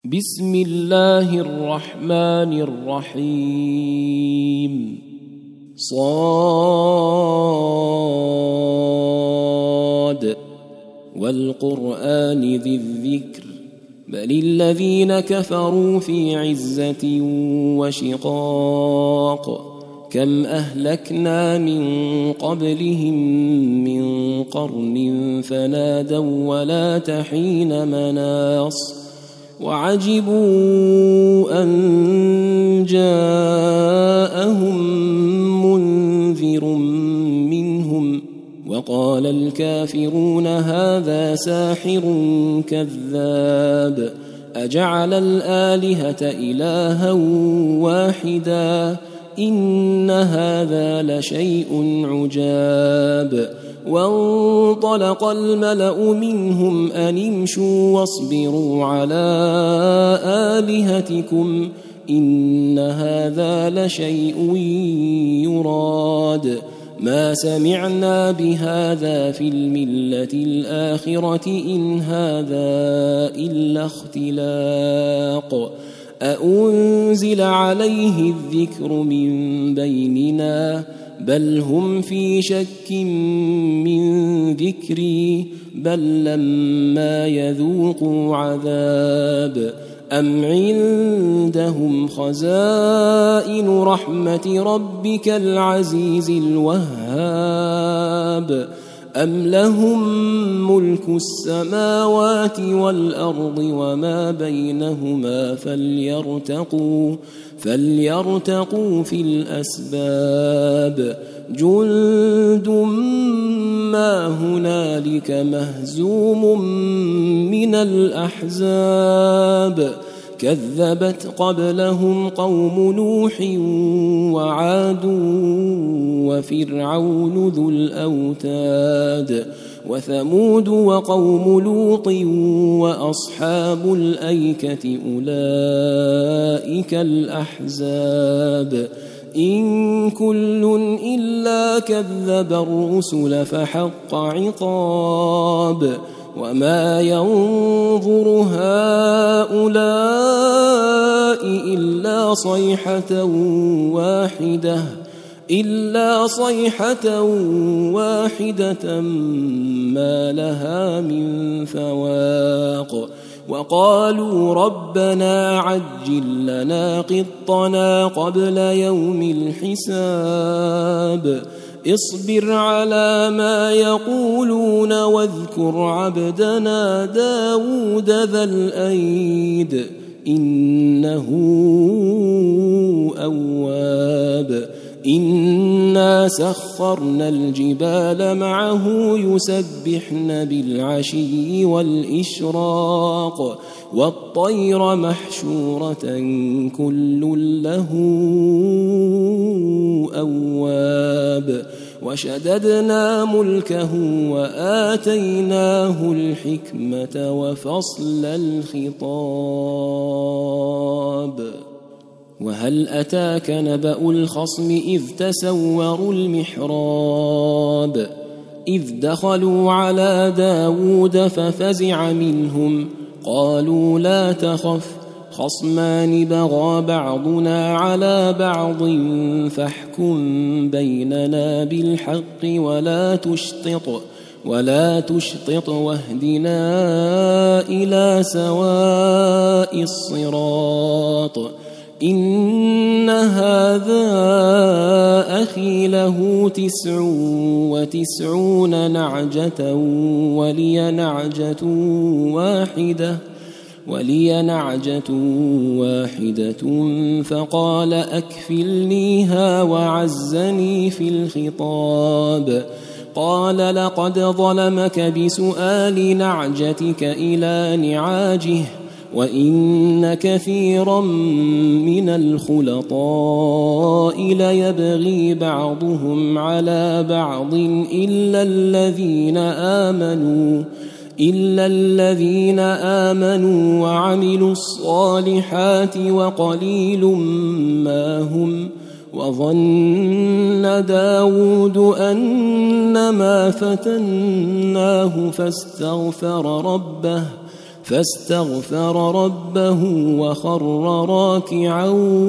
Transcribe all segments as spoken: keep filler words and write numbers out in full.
بسم الله الرحمن الرحيم صاد والقرآن ذي الذكر بل الذين كفروا في عزة وشقاق كم أهلكنا من قبلهم من قرن فنادوا ولا تحين مناص وعجبوا أن جاءهم منذر منهم وقال الكافرون هذا ساحر كذاب أجعل الآلهة إلها واحدا إن هذا لشيء عجاب وانطلق الملأ منهم أن امشوا واصبروا على آلهتكم إن هذا لشيء يراد ما سمعنا بهذا في الملة الآخرة إن هذا إلا اختلاق أأنزل عليه الذكر من بيننا بل هم في شك من ذكري بل لما يذوقوا عذاب أم عندهم خزائن رحمة ربك العزيز الوهاب أم لهم ملك السماوات والأرض وما بينهما فليرتقوا فليرتقوا في الأسباب جند ما هنالك مهزوم من الأحزاب كذبت قبلهم قوم نوح وعاد وفرعون ذو الأوتاد وثمود وقوم لوط وأصحاب الأيكة أولئك الأحزاب إن كل إلا كذب الرسل فحق عقاب وما ينظر هؤلاء إلا صيحة واحدة إلا صيحة واحدة ما لها من فواق وقالوا ربنا عجل لنا قطنا قبل يوم الحساب اصبر على ما يقولون واذكر عبدنا داود ذا الأيد إنه أواب إنا سخرنا الجبال معه يسبحن بالعشي والإشراق والطير محشورة كل له أواب وشددنا ملكه وآتيناه الحكمة وفصل الخطاب وهل أتاك نبأ الخصم إذ تسوروا المحراب إذ دخلوا على داود ففزع منهم قالوا لا تخف خصمان بغى بعضنا على بعض فاحكم بيننا بالحق ولا تشطط ولا تشطط واهدنا إلى سواء الصراط إن هذا أخي له تسع وتسعون نعجة ولي نعجة واحدة ولي نعجة واحدة فقال أكفلنيها وعزني في الخطاب قال لقد ظلمك بسؤال نعجتك إلى نعاجه وإن كثيرا من الخلطاء ليبغي بعضهم على بعض إلا الذين آمنوا إلا الذين آمنوا وعملوا الصالحات وقليل ما هم وظن داود أنما فتناه فاستغفر ربه فاستغفر ربه وخر راكعا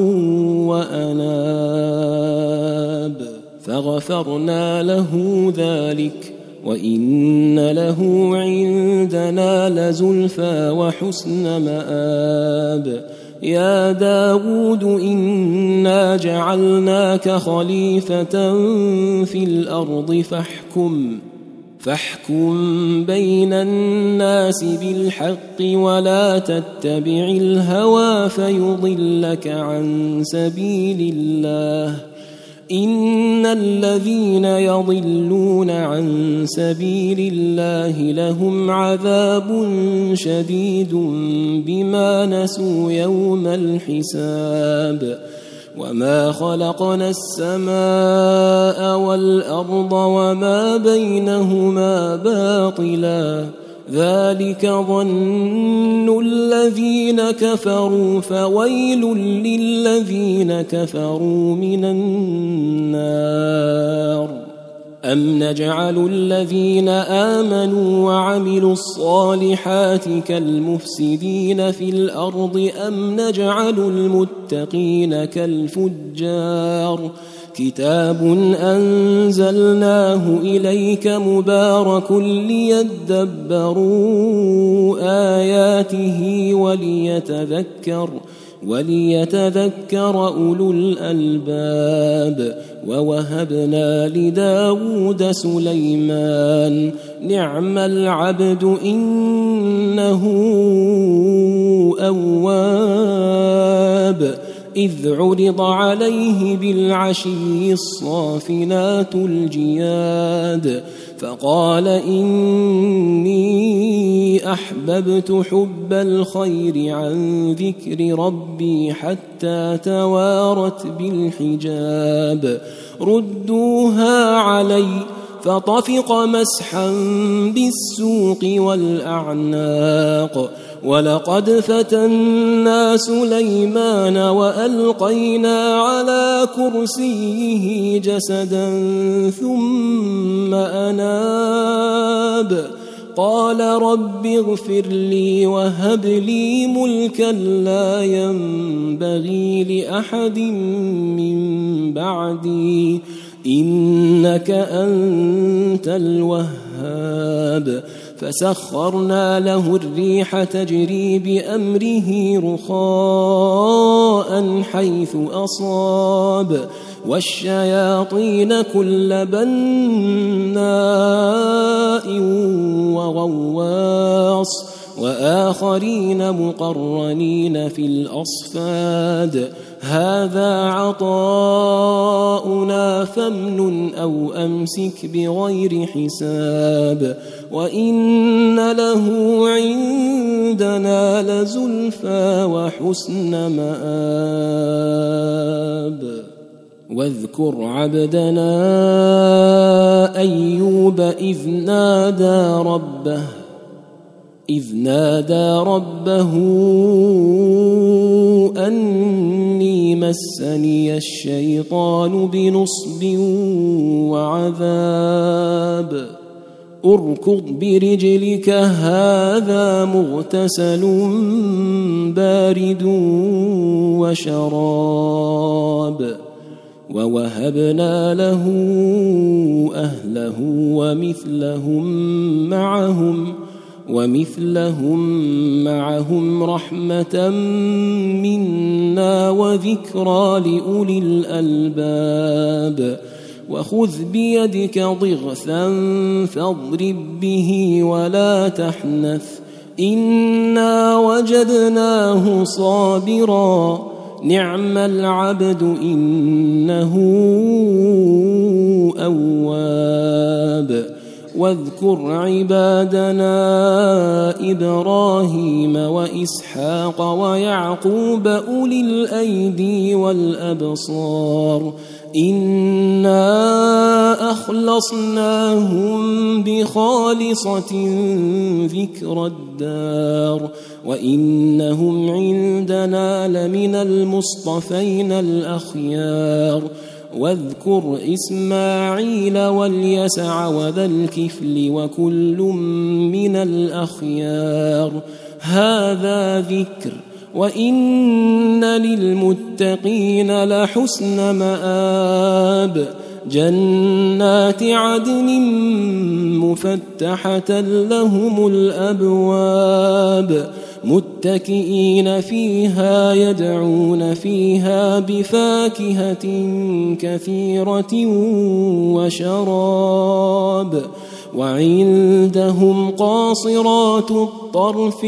وأناب فغفرنا له ذلك وإن له عندنا لزلفى وحسن مآب يا داود إنا جعلناك خليفة في الأرض فاحكم فاحكم بين الناس بالحق ولا تتبع الهوى فيضلك عن سبيل الله إن الذين يضلون عن سبيل الله لهم عذاب شديد بما نسوا يوم الحساب وما خلقنا السماء والأرض وما بينهما باطلا ذلك ظن الذين كفروا فويل للذين كفروا من النار أم نجعل الذين آمنوا وعملوا الصالحات كالمفسدين في الأرض أم نجعل المتقين كالفجار كتاب أنزلناه إليك مبارك ليدبروا آياته وليتذكر وليتذكر أولو الألباب ووهبنا لداود سليمان نعم العبد إنه أواب إذ عرض عليه بالعشي الصافنات الجياد فقال إني أحببت حب الخير عن ذكر ربي حتى توارت بالحجاب ردوها علي فطفق مسحا بالسوق والأعناق ولقد فتنا سليمان وألقينا على كرسيه جسدا ثم أناب قال رب اغفر لي وهب لي ملكا لا ينبغي لأحد من بعدي إنك أنت الوهاب فسخرنا له الريح تجري بأمره رخاء حيث أصاب والشياطين كل بناء وغواص وآخرين مقرنين في الأصفاد هذا عطاؤنا فامنن أو أمسك بغير حساب وإن له عندنا لزلفى وحسن مآب واذكر عبدنا أيوب إذ نادى ربه إذ نادى ربه أني مسني الشيطان بنصب وعذاب اركض برجلك هذا مغتسل بارد وشراب ووهبنا له أهله ومثلهم معهم ومثلهم معهم رحمة منا وذكرى لأولي الألباب وخذ بيدك ضغثا فاضرب به ولا تحنث إنا وجدناه صابرا نعم العبد إنه أواب واذكر عبادنا إبراهيم وإسحاق ويعقوب أولي الأيدي والأبصار إنا أخلصناهم بخالصة ذكر الدار وإنهم عندنا لمن المصطفين الأخيار واذكر إسماعيل واليسع وذا الكفل وكل من الأخيار هذا ذكر وإن للمتقين لحسن مآب جنات عدن مفتحة لهم الأبواب متكئين فيها يدعون فيها بفاكهة كثيرة وشراب وعندهم قاصرات الطرف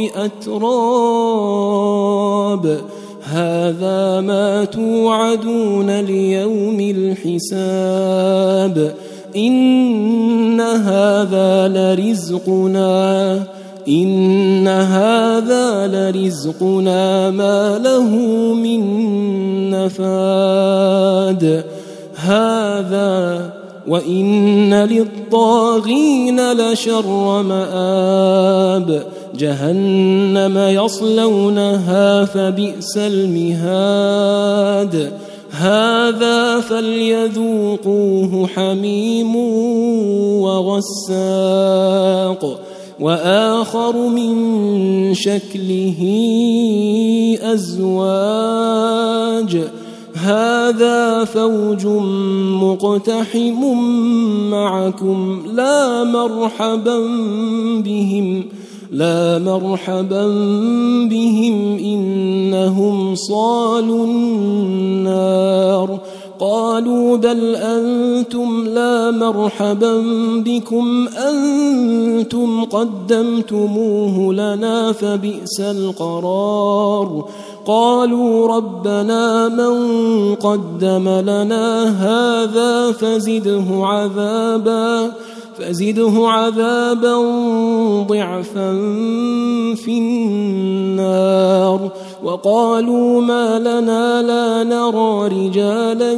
أتراب هذا ما توعدون ليوم الحساب إن هذا لرزقنا إن هذا لرزقنا ما له من نفاد هذا وإن للطاغين لشر مآب جهنم يصلونها فبئس المهاد هذا فليذوقوه حميم وغساق وآخر من شكله أزواج هذا فوج مقتحم معكم لا مرحبا بهم لا مرحبا بهم إنهم صالوا النار قالوا بل أنتم لا مرحبا بكم أنتم قدمتموه لنا فبئس القرار قالوا ربنا من قدم لنا هذا فزده عذابا فزده عذابا ضعفا في النار وقالوا ما لنا لا نرى رجالا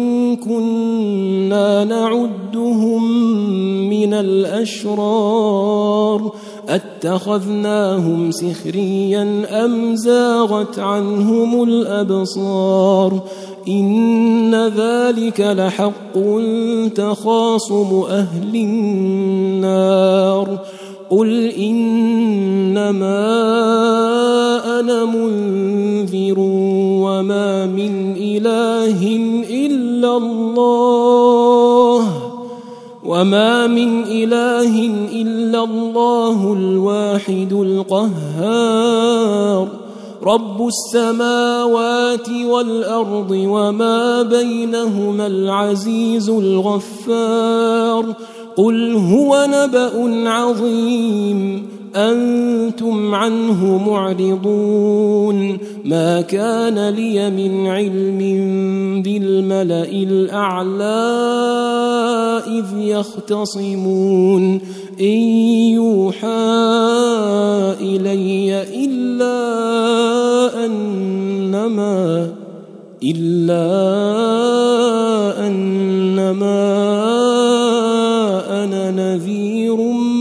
كنا نعدهم من الأشرار أتخذناهم سخريا أم زاغت عنهم الأبصار إن ذلك لحق تخاصم أهل النار قل إنما أنا منذر وما من إله إلا الله وما من إله إلا الله الواحد القهار رب السماوات والأرض وما بينهما العزيز الغفار قل هو نبأ عظيم أنتم عنه معرضون ما كان لي من علم بالملأ الأعلى إذ يختصمون إن يوحى إلي إلا أنما إلا أنما أنا نذير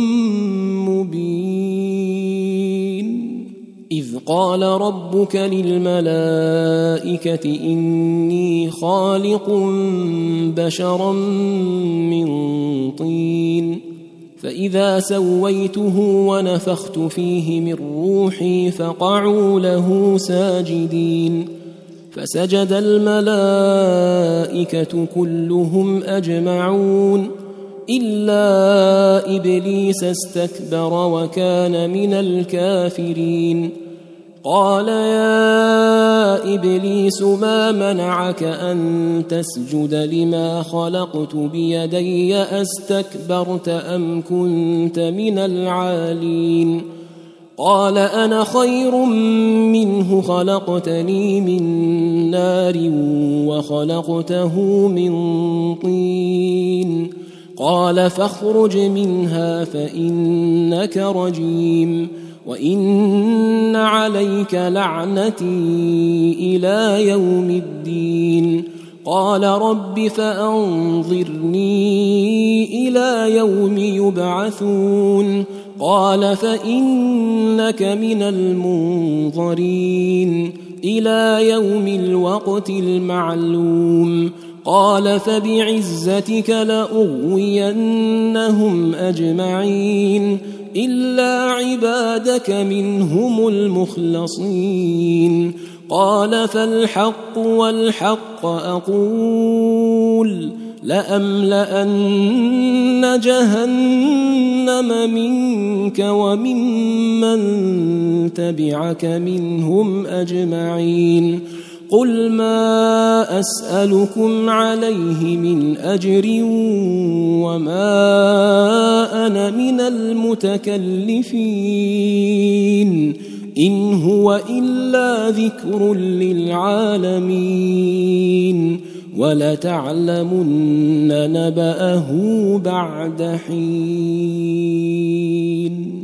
مبين إذ قال ربك للملائكة إني خالق بشرا من طين فإذا سويته ونفخت فيه من روحي فقعوا له ساجدين فسجد الملائكة كلهم أجمعون إلا إبليس استكبر وكان من الكافرين قال يا إبليس ما منعك أن تسجد لما خلقت بيدي أستكبرت أم كنت من العالين قال أنا خير منه خلقتني من نار وخلقته من طين قال فاخرج منها فإنك رجيم وإن عليك لعنتي إلى يوم الدين قال رب فأنظرني إلى يوم يبعثون قال فإنك من المنظرين إلى يوم الوقت المعلوم قال فبعزتك لأغوينهم أجمعين إلا عبادك منهم المخلصين قال فالحق والحق أقول لأملأن جهنم منك وممن تبعك منهم أجمعين قل ما أسألكم عليه من أجر وما أنا من المتكلفين إن هو إلا ذكر للعالمين ولتعلمن نبأه بعد حين.